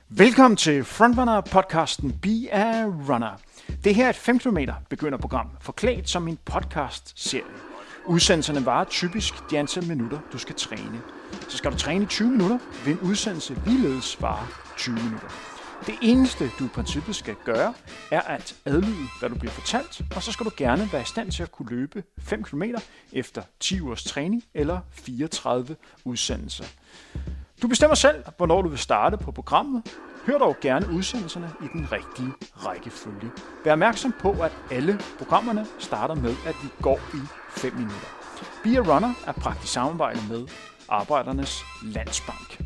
Velkommen til Frontrunner-podcasten Be a Runner. Det her er et 5 km begynderprogram, forklædt som en podcast-serie. Udsendelserne varer typisk de antal minutter, du skal træne. Så skal du træne i 20 minutter, vil en udsendelse ligeledes vare 20 minutter. Det eneste, du i princippet skal gøre, er at adlyde, hvad du bliver fortalt, og så skal du gerne være i stand til at kunne løbe 5 km efter 10 ugers træning eller 34 udsendelser. Du bestemmer selv, hvornår du vil starte på programmet. Hør dog gerne udsendelserne i den rigtige rækkefølge. Vær opmærksom på, at alle programmerne starter med, at vi går i 5 minutter. Be a Runner er praktisk samarbejde med Arbejdernes Landsbank.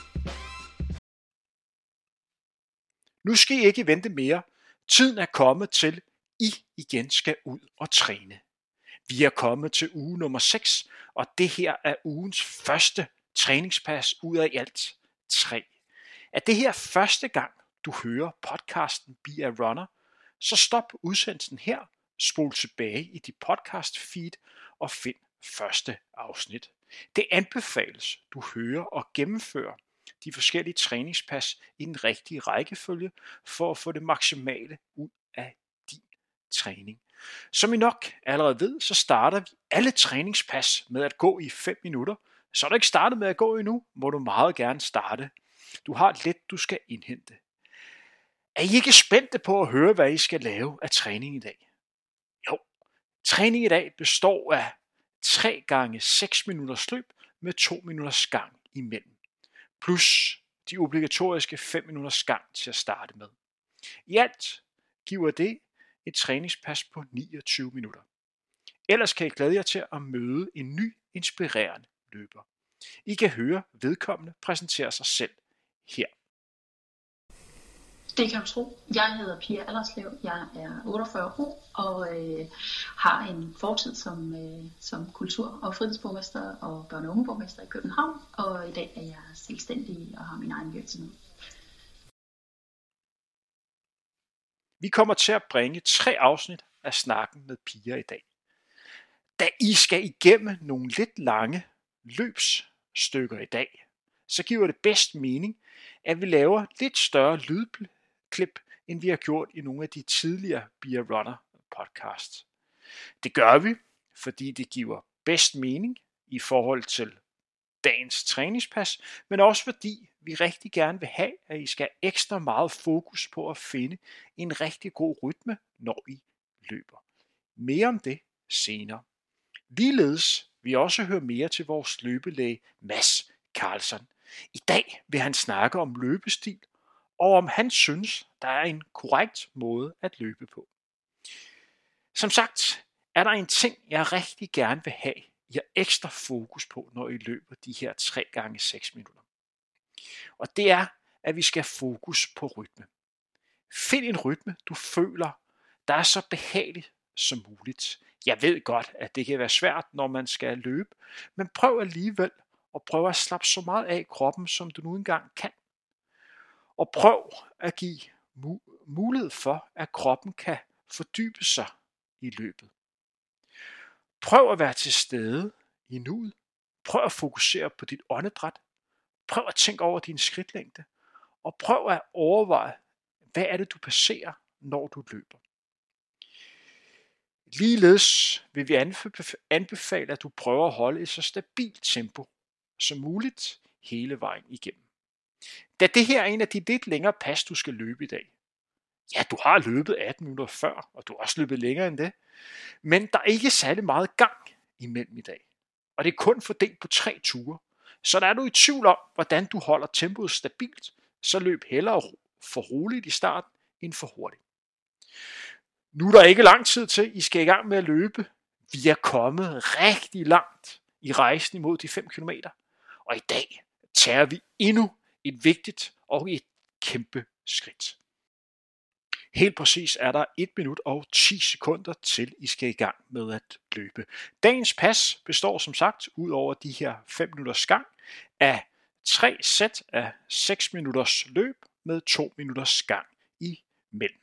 Nu skal I ikke vente mere. Tiden er kommet til, I igen skal ud og træne. Vi er kommet til uge nummer 6, og det her er ugens første træningspas ud af i alt 3. Er det her første gang, du hører podcasten Be a Runner, så stop udsendelsen her, spol tilbage i dit podcast feed og find første afsnit. Det anbefales, du hører og gennemfører de forskellige træningspas i den rigtige rækkefølge for at få det maksimale ud af din træning. Som I nok allerede ved, så starter vi alle træningspas med at gå i 5 minutter. Så er du ikke startet med at gå endnu, må du meget gerne starte. Du har lidt, du skal indhente. Er I ikke spændte på at høre, hvad I skal lave af træning i dag? Jo, træning i dag består af 3 gange 6 minutters løb med 2 minutters gang imellem. Plus de obligatoriske 5 minutters gang til at starte med. I alt giver det et træningspas på 29 minutter. Ellers kan I glæde jer til at møde en ny inspirerende løber. I kan høre vedkommende præsentere sig selv her. Det kan du tro. Jeg hedder Pia Allerslev. Jeg er 48 år og har en fortid som kultur- og fritidsborgmester og børne- og ungeborgmester i København. Og i dag er jeg selvstændig og har min egen virksomhed. Vi kommer til at bringe 3 afsnit af snakken med Pia i dag. Da I skal igennem nogle lidt lange løbsstykker i dag, så giver det bedst mening, at vi laver lidt større lydklip, end vi har gjort i nogle af de tidligere Be a Runner podcasts. Det gør vi, fordi det giver bedst mening i forhold til dagens træningspas, men også fordi vi rigtig gerne vil have, at I skal have ekstra meget fokus på at finde en rigtig god rytme, når I løber. Mere om det senere. Ligeledes vil jeg også høre mere til vores løbelæge Mads Carlson. I dag vil han snakke om løbestil, og om han synes, der er en korrekt måde at løbe på. Som sagt, er der en ting, jeg rigtig gerne vil have, I har ekstra fokus på, når I løber de her 3 gange 6 minutter. Og det er, at vi skal have fokus på rytme. Find en rytme, du føler, der er så behagelig som muligt. Jeg ved godt, at det kan være svært, når man skal løbe, men prøv alligevel at prøve at slappe så meget af kroppen, som du nu engang kan. Og prøv at give mulighed for, at kroppen kan fordybe sig i løbet. Prøv at være til stede i nuet. Prøv at fokusere på dit åndedræt. Prøv at tænke over din skridtlængde. Og prøv at overveje, hvad er det, du passerer, når du løber. Ligeledes vil vi anbefale, at du prøver at holde et så stabilt tempo som muligt hele vejen igennem. Da det her er en af de lidt længere pas, du skal løbe i dag. Ja, du har løbet 18 minutter før, og du har også løbet længere end det. Men der er ikke særlig meget gang imellem i dag. Og det er kun fordelt på 3 ture. Så der er du i tvivl om, hvordan du holder tempoet stabilt, så løb hellere for roligt i starten end for hurtigt. Nu er der ikke lang tid til, I skal i gang med at løbe. Vi er kommet rigtig langt i rejsen imod de 5 km. Og i dag tager vi endnu et vigtigt og et kæmpe skridt. Helt præcis er der 1 minut og 10 sekunder til I skal i gang med at løbe. Dagens pas består som sagt ud over de her 5 minutters gang af 3 sæt af 6 minutters løb med 2 minutters gang imellem.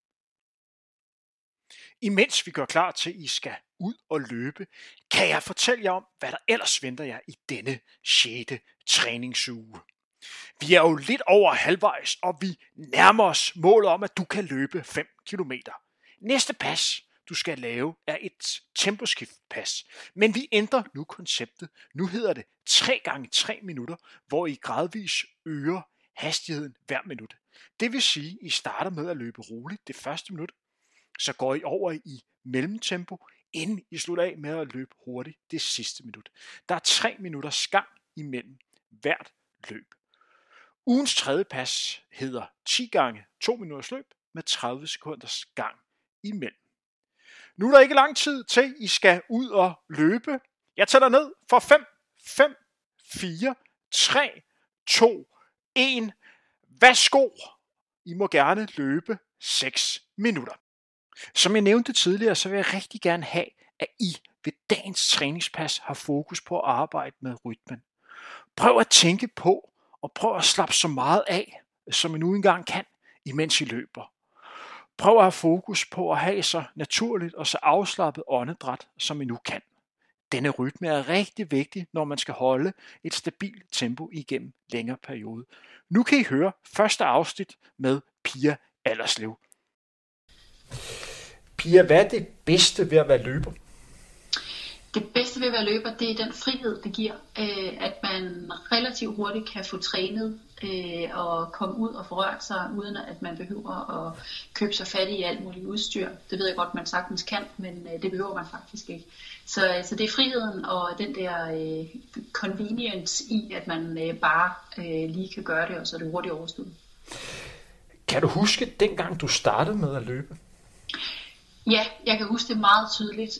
Imens vi gør klar til, at I skal ud og løbe, kan jeg fortælle jer om, hvad der ellers venter jer i denne 6. træningsuge. Vi er jo lidt over halvvejs, og vi nærmer os målet om, at du kan løbe 5 km. Næste pas, du skal lave, er et temposkiftpas. Men vi ændrer nu konceptet. Nu hedder det 3x3 minutter, hvor I gradvis øger hastigheden hver minut. Det vil sige, at I starter med at løbe roligt det første minut, så går I over i mellemtempo, inden I slutter af med at løbe hurtigt det sidste minut. Der er 3 minutters gang imellem hvert løb. Ugens tredje pas hedder 10x2 minutters løb med 30 sekunders gang imellem. Nu er der ikke lang tid til, I skal ud og løbe. Jeg tæller ned for 5, 4, 3, 2, 1. Værsgo! I må gerne løbe 6 minutter. Som jeg nævnte tidligere, så vil jeg rigtig gerne have, at I ved dagens træningspas har fokus på at arbejde med rytmen. Prøv at tænke på, og prøv at slappe så meget af, som I nu engang kan, imens I løber. Prøv at have fokus på at have så naturligt og så afslappet åndedræt, som I nu kan. Denne rytme er rigtig vigtig, når man skal holde et stabilt tempo igennem længere periode. Nu kan I høre første afsnit med Pia Allerslev. Pia, hvad er det bedste ved at være løber? Det bedste ved at være løber, det er den frihed, det giver, at man relativt hurtigt kan få trænet og komme ud og få rørt sig, uden at man behøver at købe sig fat i alt muligt udstyr. Det ved jeg godt, man sagtens kan, men det behøver man faktisk ikke. Så det er friheden og den der convenience i, at man bare lige kan gøre det, og så er det hurtigt overstået. Kan du huske dengang du startede med at løbe? Ja, jeg kan huske det meget tydeligt,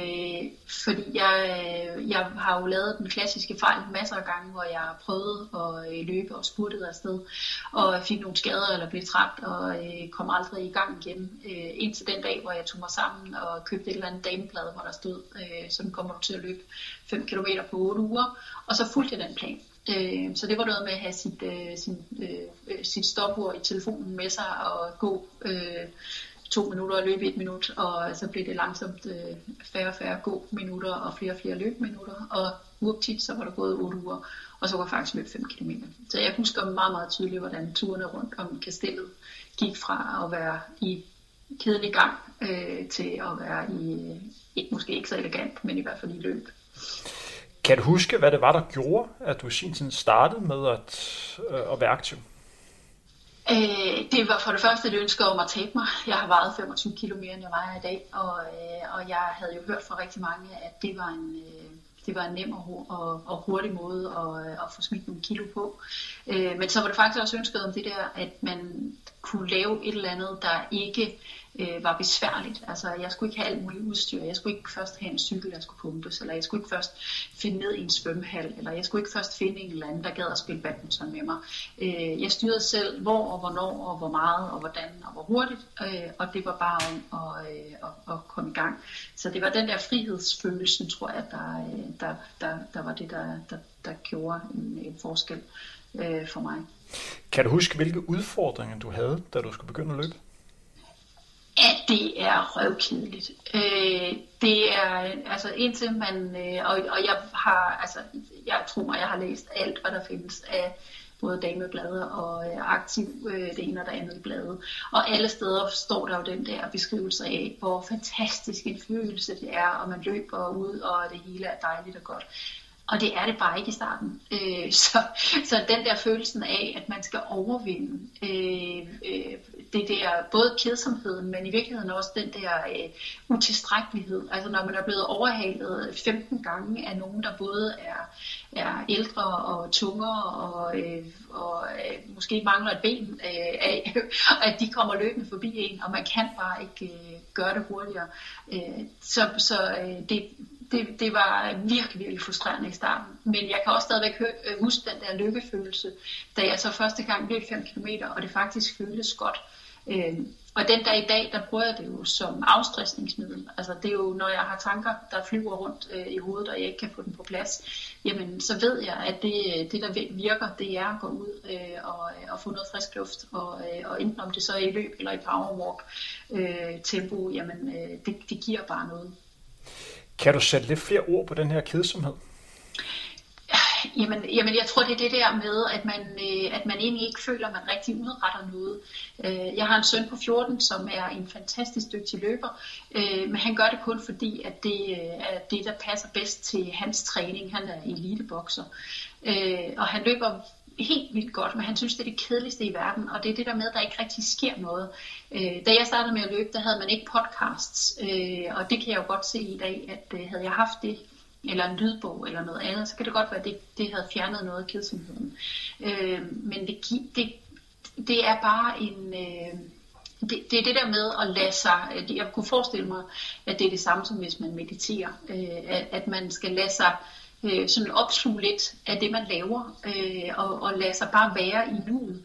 fordi jeg har jo lavet den klassiske fejl masser af gange, hvor jeg prøvede at løbe og spurtede afsted, og fik nogle skader eller blev træt og kom aldrig i gang igen. Indtil den dag, hvor jeg tog mig sammen og købte et eller andet dameblad, hvor der stod, sådan kommer du til at løbe 5 km på 8 uger, og så fulgte jeg den plan. Så det var noget med at have sit stopur i telefonen med sig og gå 2 minutter og løbe 1 minut, og så blev det langsomt færre og færre gå-minutter og flere løbeminutter, og uoptit så var der gået 8 uger, og så var jeg faktisk løbet 5 km. Så jeg husker meget, meget tydeligt, hvordan turene rundt om kastellet gik fra at være i kedelig gang til at være i, måske ikke så elegant, men i hvert fald i løb. Kan du huske, hvad det var, der gjorde, at du i sin tid startede med at være aktiv? Det var for det første et ønske om at tabe mig. Jeg har vejet 25 kilo mere, end jeg vejer i dag, og jeg havde jo hørt fra rigtig mange, at det var en nem og hurtig måde at få smidt nogle kilo på. Men så var det faktisk også ønsket om det der, at man kunne lave et eller andet, der ikke var besværligt. Altså, jeg skulle ikke have alt muligt udstyr. Jeg skulle ikke først have en cykel, der skulle pumpes, eller jeg skulle ikke først finde ned i en svømmehal, eller jeg skulle ikke først finde en eller anden, der gad at spille badminton med mig. Jeg styrede selv, hvor og hvornår, og hvor meget, og hvordan, og hvor hurtigt, og det var bare om at komme i gang. Så det var den der frihedsfølelsen, tror jeg, der var det, der gjorde en forskel for mig. Kan du huske, hvilke udfordringer du havde, da du skulle begynde at løbe? Ja, det er røvkedeligt. Det er, altså indtil man, og jeg tror mig, jeg har læst alt, hvad der findes af både dameblade og aktiv det ene og det andet blade. Og alle steder står der jo den der beskrivelse af, hvor fantastisk en følelse det er, og man løber ud, og det hele er dejligt og godt. Og det er det bare ikke i starten. Så den der følelsen af, at man skal overvinde det der, både kedsomheden, men i virkeligheden også den der utilstrækkelighed. Altså når man er blevet overhalet 15 gange af nogen, der både er ældre og tungere og måske mangler et ben af, at de kommer løbende forbi en, og man kan bare ikke gøre det hurtigere. Det var virkelig, virkelig frustrerende i starten. Men jeg kan også stadigvæk huske den der lykkefølelse, da jeg så første gang løb 5 km, og det faktisk føltes godt. Og den der i dag, der bruger jeg det jo som afstressningsmiddel. Altså det er jo, når jeg har tanker, der flyver rundt i hovedet, og jeg ikke kan få dem på plads, jamen så ved jeg, at det der virker, det er at gå ud og få noget frisk luft, og enten om det så er i løb eller i powerwalk tempo, jamen det giver bare noget. Kan du sætte lidt flere ord på den her kedsomhed? Jamen, jeg tror, det er det der med, at man egentlig ikke føler, at man rigtig udretter noget. Jeg har en søn på 14, som er en fantastisk dygtig løber, men han gør det kun fordi, at det er det, der passer bedst til hans træning. Han er elitebokser, og han løber helt vildt godt, men han synes, det er det kedeligste i verden, og det er det der med, at der ikke rigtig sker noget. Da jeg startede med at løbe, der havde man ikke podcasts, og det kan jeg jo godt se i dag, at havde jeg haft det, eller en lydbog eller noget andet, så kan det godt være, at det havde fjernet noget af kedsomheden. Men det er bare en... Det er det der med at lade sig... Jeg kunne forestille mig, at det er det samme som hvis man mediterer. At man skal lade sig sådan opsluge lidt af det, man laver, og lade sig bare være i nuet.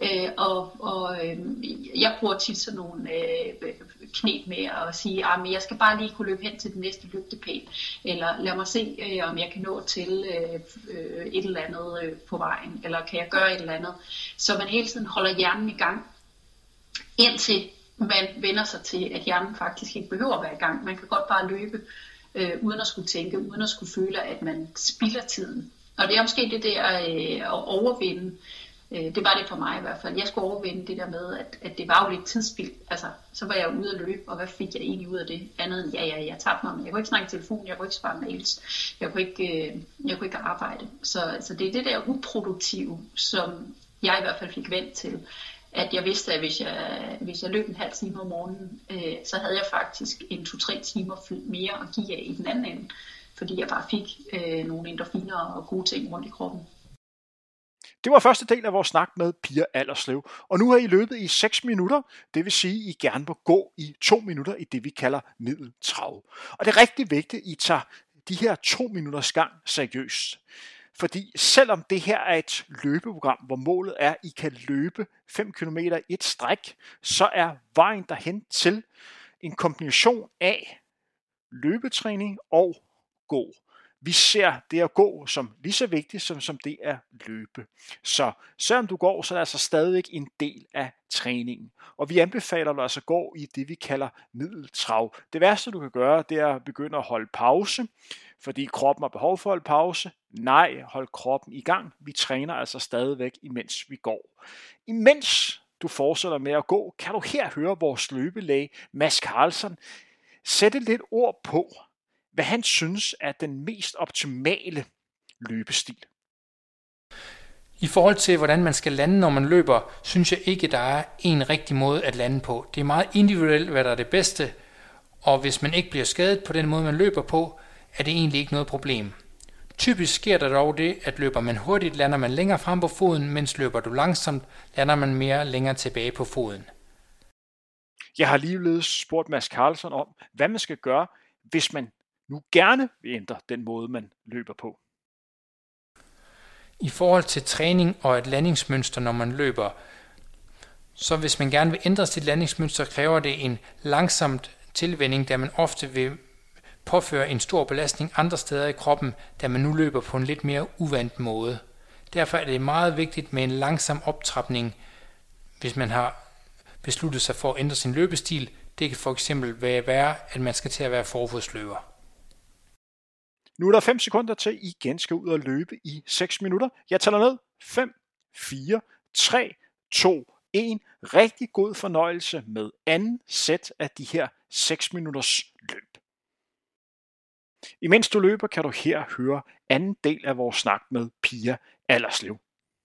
Jeg bruger tit sådan nogle knep med at sige, at jeg skal bare lige kunne løbe hen til den næste lygtepæl, eller lad mig se, om jeg kan nå til et eller andet på vejen, eller kan jeg gøre et eller andet. Så man hele tiden holder hjernen i gang, indtil man vender sig til, at hjernen faktisk ikke behøver at være i gang. Man kan godt bare løbe, uden at skulle tænke, uden at skulle føle, at man spilder tiden. Og det er måske det der at overvinde. Det var det for mig i hvert fald. Jeg skulle overvinde det der med, at det var jo lidt tidsspild. Altså, så var jeg ude at løbe, og hvad fik jeg egentlig ud af det? Andet end, jeg tabte mig, men jeg kunne ikke snakke i telefon, jeg kunne ikke svare mails, jeg kunne ikke arbejde. Så det er det der uproduktive, som jeg i hvert fald fik vendt til. At jeg vidste, at hvis jeg løb en halv time om morgenen, så havde jeg faktisk 2-3 timer mere at give af i den anden ende. Fordi jeg bare fik nogle endorfiner og gode ting rundt i kroppen. Det var første del af vores snak med Pia Allerslev, og nu har I løbet i 6 minutter, det vil sige, at I gerne må gå i 2 minutter i det, vi kalder middeltrav. Og det er rigtig vigtigt, at I tager de her 2 minutters gang seriøst. Fordi selvom det her er et løbeprogram, hvor målet er, at I kan løbe 5 km i et stræk, så er vejen derhen til en kombination af løbetræning og gå. Vi ser det at gå som lige så vigtigt, som det at løbe. Så selvom du går, så er det altså stadigvæk en del af træningen. Og vi anbefaler dig altså at gå i det, vi kalder middeltrav. Det værste, du kan gøre, det er at begynde at holde pause, fordi kroppen har behov for at holde pause. Nej, hold kroppen i gang. Vi træner altså stadigvæk, imens vi går. Imens du fortsætter med at gå, kan du her høre vores løbelæge, Mads Carlsen, sætte lidt ord på, hvad han synes er den mest optimale løbestil. I forhold til, hvordan man skal lande, når man løber, synes jeg ikke, der er en rigtig måde at lande på. Det er meget individuelt, hvad der er det bedste, og hvis man ikke bliver skadet på den måde, man løber på, er det egentlig ikke noget problem. Typisk sker der dog det, at løber man hurtigt, lander man længere frem på foden, mens løber du langsomt, lander man mere længere tilbage på foden. Jeg har ligeledes spurgt Mads Carlsen om, hvad man skal gøre, hvis man nu gerne vil ændre den måde, man løber på. I forhold til træning og et landingsmønster, når man løber, så hvis man gerne vil ændre sit landingsmønster, kræver det en langsomt tilvænning, da man ofte vil påføre en stor belastning andre steder i kroppen, da man nu løber på en lidt mere uvant måde. Derfor er det meget vigtigt med en langsom optrapning, hvis man har besluttet sig for at ændre sin løbestil. Det kan for eksempel være, at man skal til at være forfodsløber. Nu er der 5 sekunder til, I igen skal ud og løbe i 6 minutter. Jeg tæller ned. 5, 4, 3, 2, 1. Rigtig god fornøjelse med anden sæt af de her 6 minutters løb. Imens du løber, kan du her høre anden del af vores snak med Pia Allerslev.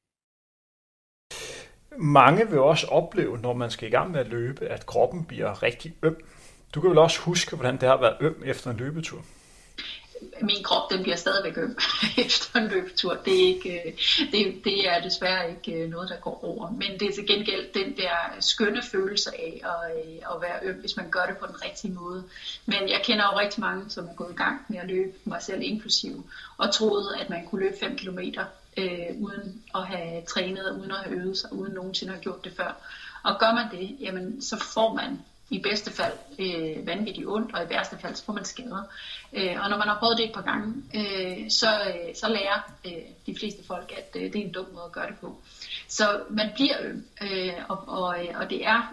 Mange vil også opleve, når man skal i gang med at løbe, at kroppen bliver rigtig øm. Du kan vel også huske, hvordan det har været øm efter en løbetur? Min krop, den bliver stadigvæk øm efter en løbetur. Det er desværre ikke noget, der går over. Men det er til gengæld den der skønne følelse af at være øm, hvis man gør det på den rigtige måde. Men jeg kender jo rigtig mange, som er gået i gang med at løbe, mig selv inklusive, og troede, at man kunne løbe 5 kilometer uden at have trænet, uden at have øvet sig, uden nogensinde at have gjort det før. Og gør man det, jamen, så får man i bedste fald vanvittigt ondt, og i værste fald så får man skader. Og når man har prøvet det et par gange, så lærer de fleste folk, at det er en dum måde at gøre det på. Så man bliver og det er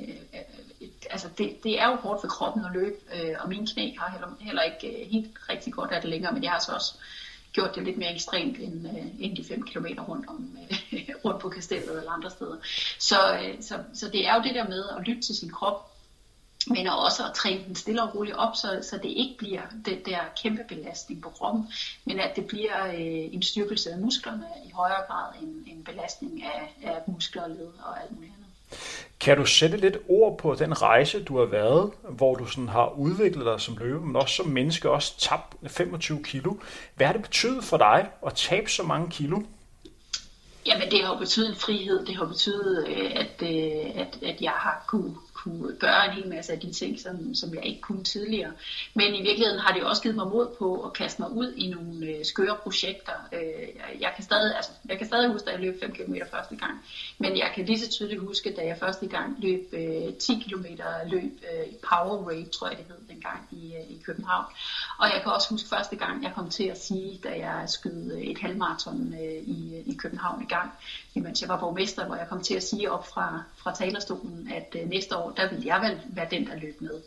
det er jo hårdt for kroppen at løbe, og mine knæ har heller ikke helt rigtig godt af det længere, men jeg har så også gjort det lidt mere ekstremt end de 5 kilometer rundt på Kastellet eller andre steder. Så det er jo det der med at lytte til sin krop, men også at træne den stille og roligt op, så det ikke bliver den der kæmpe belastning på kroppen, men at det bliver en styrkelse af musklerne i højere grad end en belastning af muskler og led og alt muligt andet. Kan du sætte lidt ord på den rejse, du har været, hvor du sådan har udviklet dig som løber, men også som menneske, også tabt 25 kilo? Hvad har det betydet for dig at tabe så mange kilo? Jamen, det har jo betydet en frihed. Det har betydet, at jeg har kunne gøre en hel masse af de ting, som jeg ikke kunne tidligere. Men i virkeligheden har det også givet mig mod på at kaste mig ud i nogle skøre projekter. Jeg kan stadig huske, da jeg løb 5 km første gang. Men jeg kan lige så tydeligt huske, da jeg første gang løb 10 km løb i Powerade, tror jeg det hed dengang i København. Og jeg kan også huske første gang, jeg kom til at sige, da jeg skød et halvmarathon i København i gang, mens jeg var borgmester, hvor jeg kom til at sige op fra talerstolen, at næste år, der ville jeg vel være den, der løb med.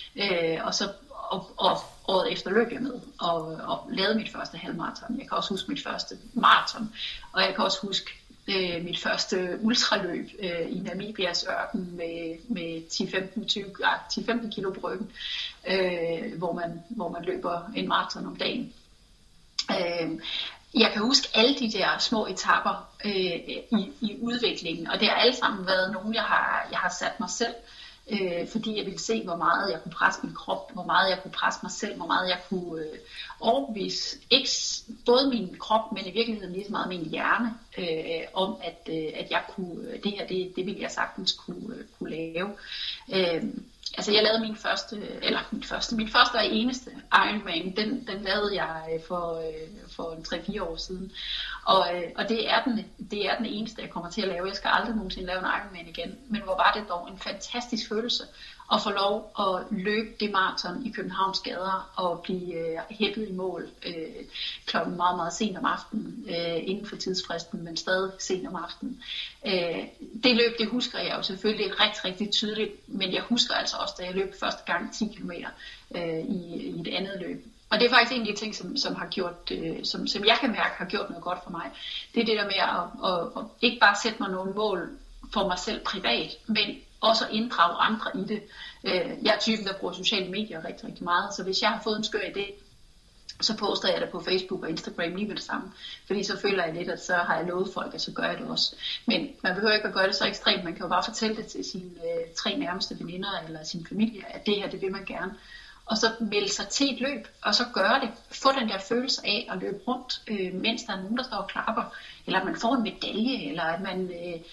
Og året efter løb jeg med, og lavede mit første halvmarathon. Jeg kan også huske mit første marathon, og jeg kan også huske mit første ultraløb i Namibias ørken med 10-15 kilo på ryggen, hvor man løber en marathon om dagen. Jeg kan huske alle de der små etaper i udviklingen, og det har alle sammen været nogle, jeg har sat mig selv, fordi jeg ville se, hvor meget jeg kunne presse min krop, hvor meget jeg kunne presse mig selv, hvor meget jeg kunne overbevise ikke både min krop, men i virkeligheden lige så meget min hjerne, om at jeg kunne, det her, det ville jeg sagtens kunne lave. Altså jeg lavede min første og eneste Ironman, den lavede jeg for 3-4 år siden. Og det er den eneste, jeg kommer til at lave. Jeg skal aldrig nogensinde lave en Ironman igen. Men hvor var det dog en fantastisk følelse at få lov at løbe det maraton i Københavns gader og blive hættet i mål klokken meget, meget sent om aftenen, inden for tidsfristen, men stadig sent om aftenen. Det løb, det husker jeg jo selvfølgelig rigtig, rigtig tydeligt, men jeg husker altså også, da jeg løb første gang 10 km i et andet løb. Og det er faktisk en af de ting, som har gjort, som jeg kan mærke har gjort noget godt for mig. Det er det der med at ikke bare sætte mig nogle mål for mig selv privat, men også inddrage andre i det. Jeg er typen, der bruger sociale medier rigtig, rigtig meget, så hvis jeg har fået en skør idé, så poster jeg det på Facebook og Instagram lige med det samme. Fordi så føler jeg lidt, at så har jeg lovet folk, at så gør jeg det også. Men man behøver ikke at gøre det så ekstremt. Man kan jo bare fortælle det til sine 3 nærmeste veninder eller sin familie, at det her, det vil man gerne. Og så melde sig til et løb, og så gøre det. Få den der følelse af at løbe rundt, mens der er nogen, der står og klapper. Eller at man får en medalje, eller at man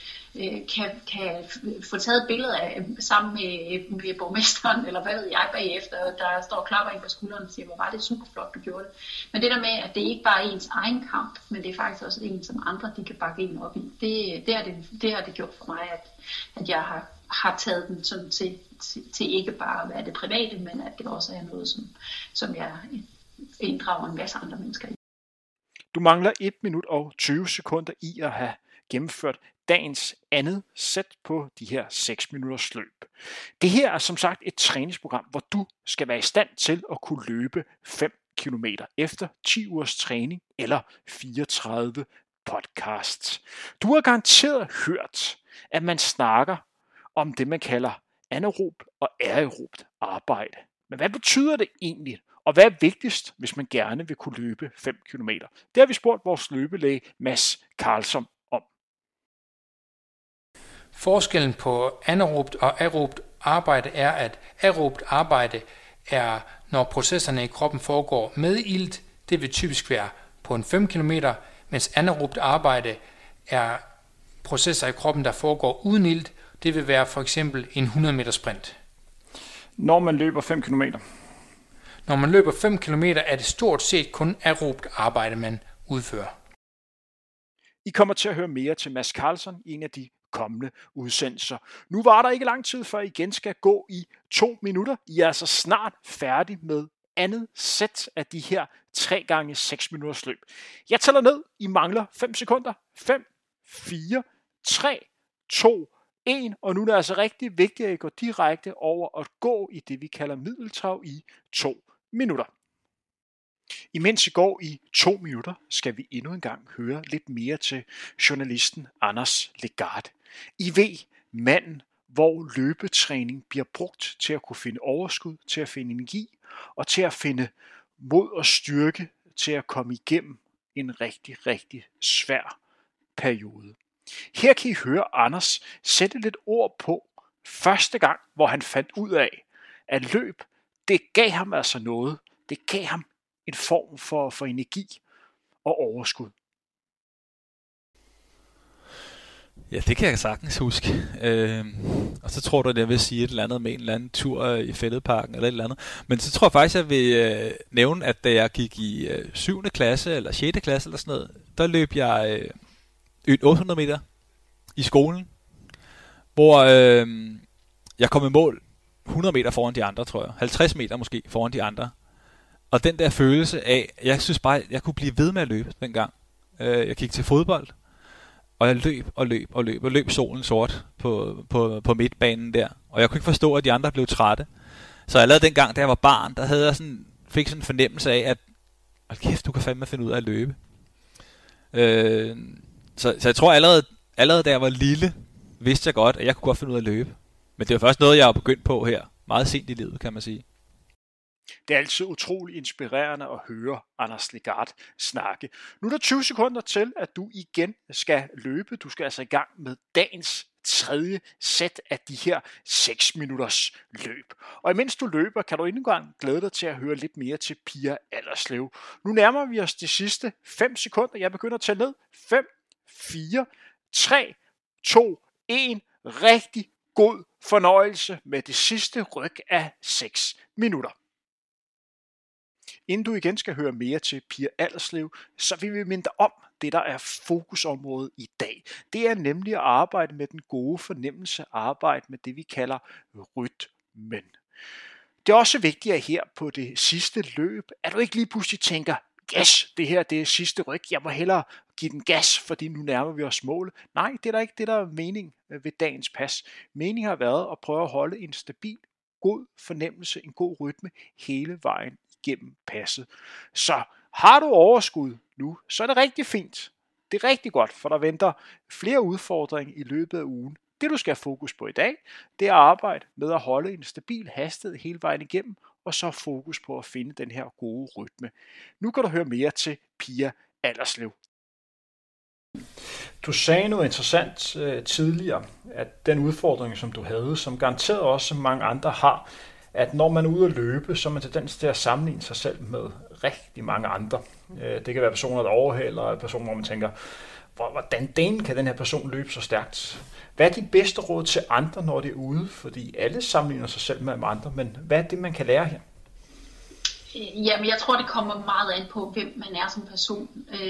kan få taget billeder af sammen med borgmesteren, eller hvad ved jeg bagefter, der står og klapper ind på skulderen og siger, hvor var det super flot, du gjorde det. Men det der med, at det ikke bare er ens egen kamp, men det er faktisk også en, som andre de kan bakke en op i. Det har det gjort for mig, at jeg har taget den sådan til ikke bare at være det private, men at det også er noget, som jeg inddrager en masse andre mennesker i. Du mangler 1 minut og 20 sekunder i at have gennemført dagens andet sæt på de her 6 minutters løb. Det her er som sagt et træningsprogram, hvor du skal være i stand til at kunne løbe 5 km efter 10 ugers træning eller 34 podcasts. Du har garanteret hørt, at man snakker om det, man kalder anaerobt og aerobt arbejde. Men hvad betyder det egentlig? Og hvad er vigtigst, hvis man gerne vil kunne løbe 5 km? Det har vi spurgt vores løbelæge Mads Karlsson om. Forskellen på anaerobt og aerobt arbejde er, at aerobt arbejde er, når processerne i kroppen foregår med ilt. Det vil typisk være på en 5 km, mens anaerobt arbejde er processer i kroppen, der foregår uden ilt. Det vil være for eksempel en 100 meter sprint. Når man løber 5 km? Når man løber 5 km, er det stort set kun aerobt arbejde, man udfører. I kommer til at høre mere til Mads Karlsson i en af de kommende udsendelser. Nu var der ikke lang tid, før I igen skal gå i 2 minutter. I er altså snart færdig med andet sæt af de her 3x6 minutters løb. Jeg tæller ned. I mangler 5 sekunder. 5, 4, 3, 2, 1, og nu er det altså rigtig vigtigt, at I går direkte over at gå i det, vi kalder middeltrav i 2 minutter. Imens I går i 2 minutter, skal vi endnu en gang høre lidt mere til journalisten Anders Legarth. I ved, manden, hvor løbetræning bliver brugt til at kunne finde overskud, til at finde energi og til at finde mod og styrke til at komme igennem en rigtig, rigtig svær periode. Her kan I høre Anders sætte lidt ord på første gang, hvor han fandt ud af, at løb, det gav ham altså noget. Det gav ham en form for energi og overskud. Ja, det kan jeg sagtens huske. Og så tror du, at jeg vil sige et eller andet med en eller anden tur i Fælledparken eller et eller andet. Men så tror jeg faktisk, at jeg vil nævne, at da jeg gik i 7. klasse eller 6. klasse eller sådan noget, der løb jeg 800 meter i skolen, hvor jeg kom i mål 100 meter foran de andre, tror jeg. 50 meter måske foran de andre. Og den der følelse af, jeg synes bare, at jeg kunne blive ved med at løbe dengang. Jeg gik til fodbold, og jeg løb solen sort på midtbanen der. Og jeg kunne ikke forstå, at de andre blev trætte. Så allerede dengang, da jeg var barn, der havde jeg fik sådan en fornemmelse af, at hold kæft, du kan fandme finde ud af at løbe. Så jeg tror allerede da jeg var lille, vidste jeg godt, at jeg kunne godt finde ud af at løbe. Men det var først noget, jeg har begyndt på her. Meget sent i livet, kan man sige. Det er altid utrolig inspirerende at høre Anders Legarth snakke. Nu er der 20 sekunder til, at du igen skal løbe. Du skal altså i gang med dagens 3. sæt af de her 6 minutters løb. Og imens du løber, kan du endnu en gang glæde dig til at høre lidt mere til Pia Allerslev. Nu nærmer vi os de sidste 5 sekunder. Jeg begynder at tælle ned. 5, 4, 3, 2, 1. Rigtig god fornøjelse med det sidste ryg af 6 minutter. Inden du igen skal høre mere til Pia Allerslev, så vil vi minde dig om det, der er fokusområdet i dag. Det er nemlig at arbejde med den gode fornemmelse, arbejde med det, vi kalder rytmen. Det er også vigtigt, at her på det sidste løb, at du ikke lige pludselig tænker, yes, det her det er sidste ryg, jeg må hellere give den gas, fordi nu nærmer vi os målet. Nej, det er da ikke det, der er mening ved dagens pas. Meningen har været at prøve at holde en stabil, god fornemmelse, en god rytme hele vejen gennem passet. Så har du overskud nu, så er det rigtig fint. Det er rigtig godt, for der venter flere udfordringer i løbet af ugen. Det du skal have fokus på i dag, det er at arbejde med at holde en stabil hastighed hele vejen igennem, og så fokus på at finde den her gode rytme. Nu kan du høre mere til Pia Allerslev. Du sagde noget interessant tidligere, at den udfordring, som du havde, som garanteret også mange andre har, at når man er ude at løbe, så er man tendens til at sammenligne sig selv med rigtig mange andre. Det kan være personer, der overhælder, eller personer, hvor man tænker, hvordan kan den her person løbe så stærkt? Hvad er dit bedste råd til andre, når det er ude? Fordi alle sammenligner sig selv med andre, men hvad er det, man kan lære her? Jamen, jeg tror, det kommer meget an på, hvem man er som person.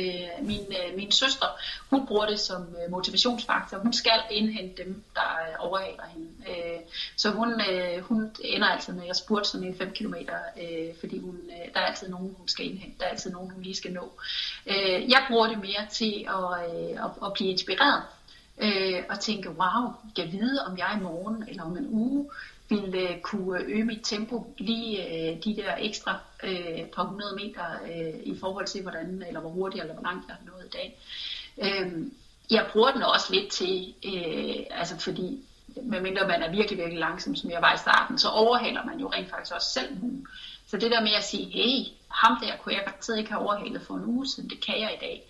Min søster, hun bruger det som motivationsfaktor. Hun skal indhente dem, der overhaler hende. Så hun ender altid med at spurte sådan en 5 kilometer, fordi der er altid nogen, hun skal indhente. Der er altid nogen, hun lige skal nå. Jeg bruger det mere til at blive inspireret. Og tænke, wow, jeg kan vide, om jeg i morgen eller om en uge ville kunne øge mit tempo lige de der ekstra par 100 meter i forhold til hvordan eller hvor hurtigt eller hvor langt jeg har nået i dag. Jeg bruger den også lidt til, altså fordi medmindre man er virkelig, virkelig langsom, som jeg var i starten, så overhaler man jo rent faktisk også selv nogen. Så det der med at sige, hey, ham der kunne jeg garanteret ikke have overhalet for en uge siden, det kan jeg i dag.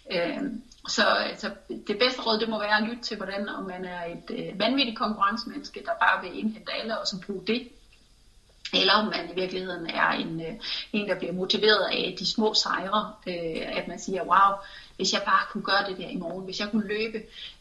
Så det bedste råd, det må være at lytte til, hvordan om man er et vanvittigt konkurrencemenneske, der bare vil indhente alle og så bruge det. Eller om man i virkeligheden er en der bliver motiveret af de små sejre, at man siger, wow, hvis jeg bare kunne gøre det der i morgen, hvis jeg kunne løbe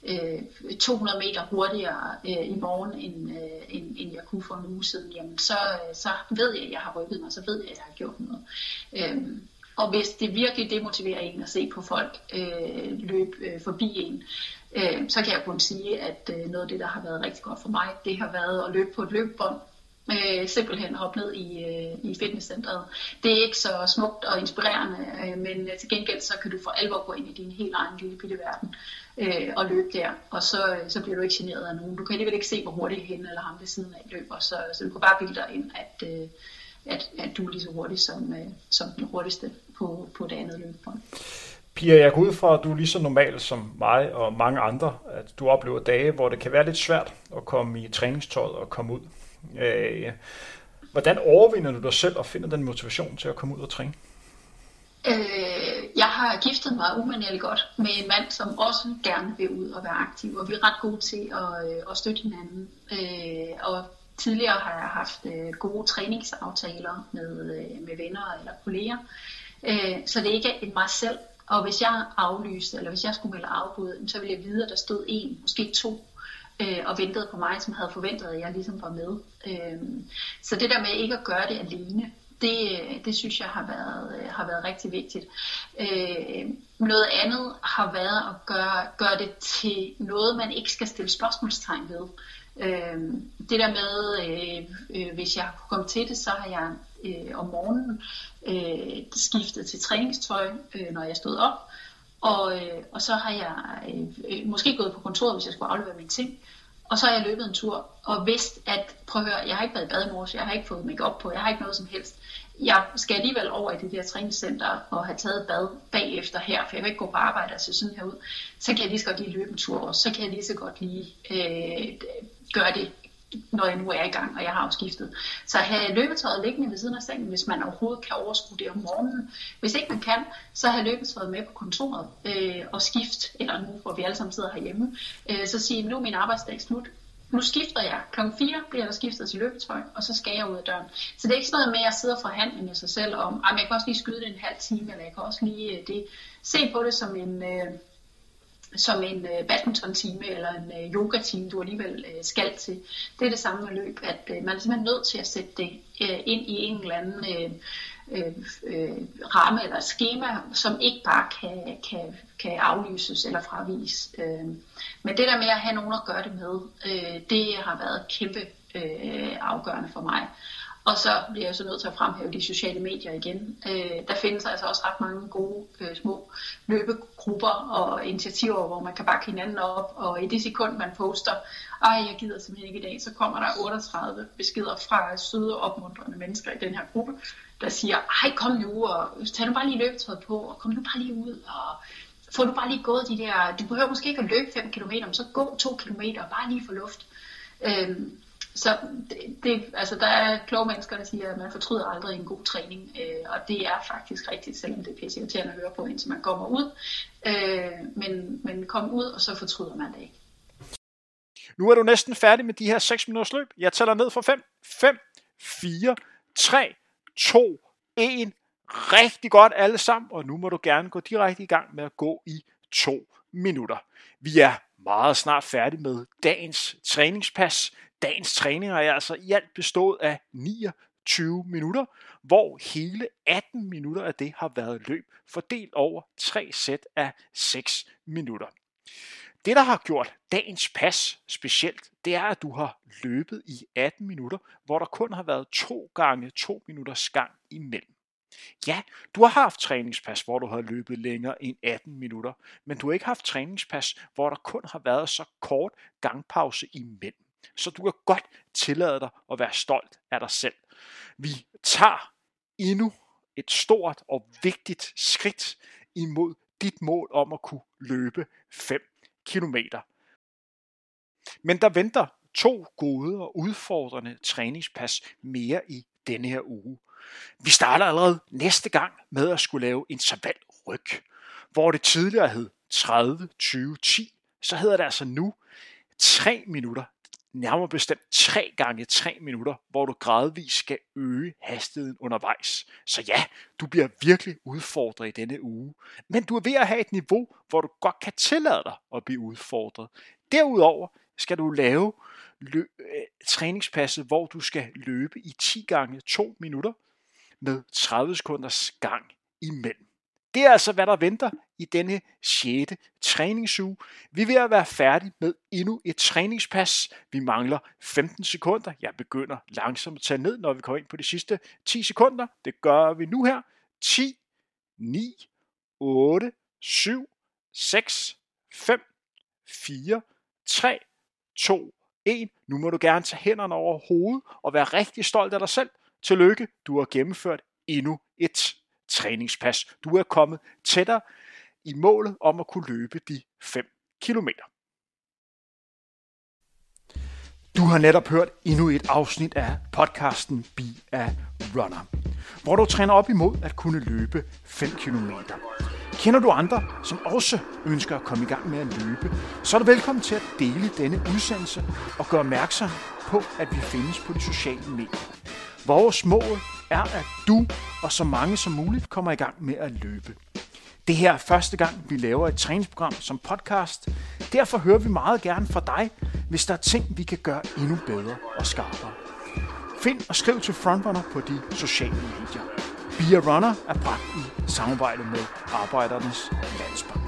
200 meter hurtigere i morgen, end jeg kunne for en uge siden, jamen så ved jeg, at jeg har rykket mig, så ved jeg, at jeg har gjort noget. Og hvis det virkelig demotiverer en at se på folk løbe forbi en, så kan jeg kun sige, at noget af det, der har været rigtig godt for mig, det har været at løbe på et løbebånd. Simpelthen hoppe ned i fitnesscenteret. Det er ikke så smukt og inspirerende, men til gengæld så kan du for alvor gå ind i din helt egen lille bitte verden og løbe der, og så bliver du ikke generet af nogen. Du kan alligevel ikke se, hvor hurtigt hende eller ham ved siden af løber, så du kan bare bilde dig ind, at du er lige så hurtig som den hurtigste på det andet løbebånd. Pia, jeg går ud fra, at du er lige så normal som mig og mange andre, at du oplever dage, hvor det kan være lidt svært at komme i træningstøjet og komme ud. Hvordan overvinder du dig selv og finder den motivation til at komme ud og træne? Jeg har giftet mig umanerligt godt med en mand, som også gerne vil ud og være aktiv, og vi er ret gode til at støtte hinanden. Og tidligere har jeg haft gode træningsaftaler med venner eller kolleger, så det ikke er mig selv. Og hvis jeg aflyste, eller hvis jeg skulle melde afbud, så ville jeg vide, at der stod en, måske to, og ventede på mig, som havde forventet, at jeg ligesom var med. Så det der med ikke at gøre det alene, det synes jeg har været rigtig vigtigt. Noget andet har været at gøre det til noget, man ikke skal stille spørgsmålstegn ved. Det der med, hvis jeg kunne komme til det, så har jeg om morgenen skiftet til træningstøj, når jeg stod op. Og så har jeg måske gået på kontoret, hvis jeg skulle aflevere mine ting. Og så har jeg løbet en tur og vidst, at prøv at høre, jeg har ikke været i bad i morges, jeg har ikke fået make-up på, jeg har ikke noget som helst. Jeg skal alligevel over i det der træningscenter og have taget bad bagefter her, for jeg vil ikke gå på arbejde og se sådan her ud. Så kan jeg lige så godt lige løbe en tur, og så kan jeg lige så godt lige gøre det, når jeg nu er i gang, og jeg har jo skiftet. Så have løbetøjet liggende ved siden af sengen, hvis man overhovedet kan overskue det om morgenen. Hvis ikke man kan, så have løbetøjet med på kontoret og skift, eller nu hvor vi alle sammen sidder herhjemme, så sige, nu er min arbejdsdag slut. Nu skifter jeg. Klokken 4 bliver der skiftet til løbetøj, og så skal jeg ud af døren. Så det er ikke sådan noget med at sidde og forhandle med sig selv om, jeg kan også lige skyde det en halv time, eller jeg kan også lige det. Se på det som en badminton-time eller en yoga-time, du alligevel skal til. Det er det samme med løb, at man er simpelthen nødt til at sætte det ind i en eller anden ramme eller skema, som ikke bare kan aflyses eller fraviges. Men det der med at have nogen at gøre det med, det har været kæmpe afgørende for mig. Og så bliver jeg så nødt til at fremhæve de sociale medier igen. Der findes altså også ret mange gode små løbegrupper og initiativer, hvor man kan bakke hinanden op. Og i det sekund, man poster, jeg gider simpelthen ikke i dag, så kommer der 38 beskeder fra søde og opmuntrende mennesker i den her gruppe, der siger, kom nu, og tag nu bare lige løbetøjet på, og kom nu bare lige ud, og få nu bare lige gået de der, du behøver måske ikke at løbe 5 km, men så gå 2 km, og bare lige få luft. Så altså, der er kloge mennesker, der siger, at man fortryder aldrig en god træning, og det er faktisk rigtigt, selvom det er pisse irriterende at høre på, indtil man kommer ud. Men kom ud, og så fortryder man det ikke. Nu er du næsten færdig med de her 6 minutters løb. Jeg tæller ned fra 5. 5, 4, 3, 2, 1. Rigtig godt alle sammen, og nu må du gerne gå direkte i gang med at gå i 2 minutter. Vi er meget snart færdige med dagens træningspas. Dagens træning er altså i alt bestået af 29 minutter, hvor hele 18 minutter af det har været løb, fordelt over 3 sæt af 6 minutter. Det, der har gjort dagens pas specielt, det er, at du har løbet i 18 minutter, hvor der kun har været 2 gange 2 minutters gang imellem. Ja, du har haft træningspas, hvor du har løbet længere end 18 minutter, men du har ikke haft træningspas, hvor der kun har været så kort gangpause imellem. Så du kan godt tillade dig at være stolt af dig selv. Vi tager endnu et stort og vigtigt skridt imod dit mål om at kunne løbe 5 kilometer. Men der venter 2 gode og udfordrende træningspas mere i denne her uge. Vi starter allerede næste gang med at skulle lave intervalryg. Hvor det tidligere hed 30, 20, 10, så hedder det altså nu 3 minutter. Nærmere bestemt 3 gange 3 minutter, hvor du gradvist skal øge hastigheden undervejs. Så ja, du bliver virkelig udfordret i denne uge. Men du er ved at have et niveau, hvor du godt kan tillade dig at blive udfordret. Derudover skal du lave træningspasset, hvor du skal løbe i 10 gange 2 minutter med 30 sekunders gang imellem. Det er altså, hvad der venter i denne 6. træningsuge. Vi er ved at være færdige med endnu et træningspas. Vi mangler 15 sekunder. Jeg begynder langsomt at tage ned, når vi kommer ind på de sidste 10 sekunder. Det gør vi nu her. 10, 9, 8, 7, 6, 5, 4, 3, 2, 1. Nu må du gerne tage hænderne over hovedet og være rigtig stolt af dig selv. tillykke, du har gennemført endnu et træningspas. Du er kommet tættere i målet om at kunne løbe de 5 kilometer. Du har netop hørt endnu et afsnit af podcasten Be a Runner, hvor du træner op imod at kunne løbe 5 km. Kender du andre, som også ønsker at komme i gang med at løbe, så er du velkommen til at dele denne udsendelse og gøre opmærksom på, at vi findes på de sociale medier. Vores mål er, at du og så mange som muligt kommer i gang med at løbe. Det her er første gang, vi laver et træningsprogram som podcast. Derfor hører vi meget gerne fra dig, hvis der er ting, vi kan gøre endnu bedre og skarpere. Find og skriv til Frontrunner på de sociale medier. Be a Runner er bragt i samarbejde med Arbejdernes Landsbank.